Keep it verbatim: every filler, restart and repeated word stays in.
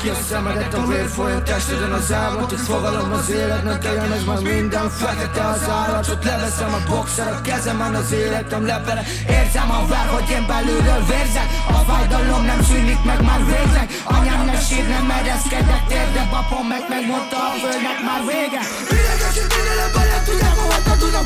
ki a szemedet, a vér folyó testeden az álmat. Itt fogalom az életnek, eljön ez már minden fekete az állatot. Leveszem a boxer a kezemen, az életem lepele. Érzem a vár, hogy én belülről vérzek. A fájdalom nem szűnik meg már végleg. Anyám ne sír, nem ereszkedek térde. Papom meg megmondta a földnek már vége. Idegesít minden ebben, nem tudják, hova tudnak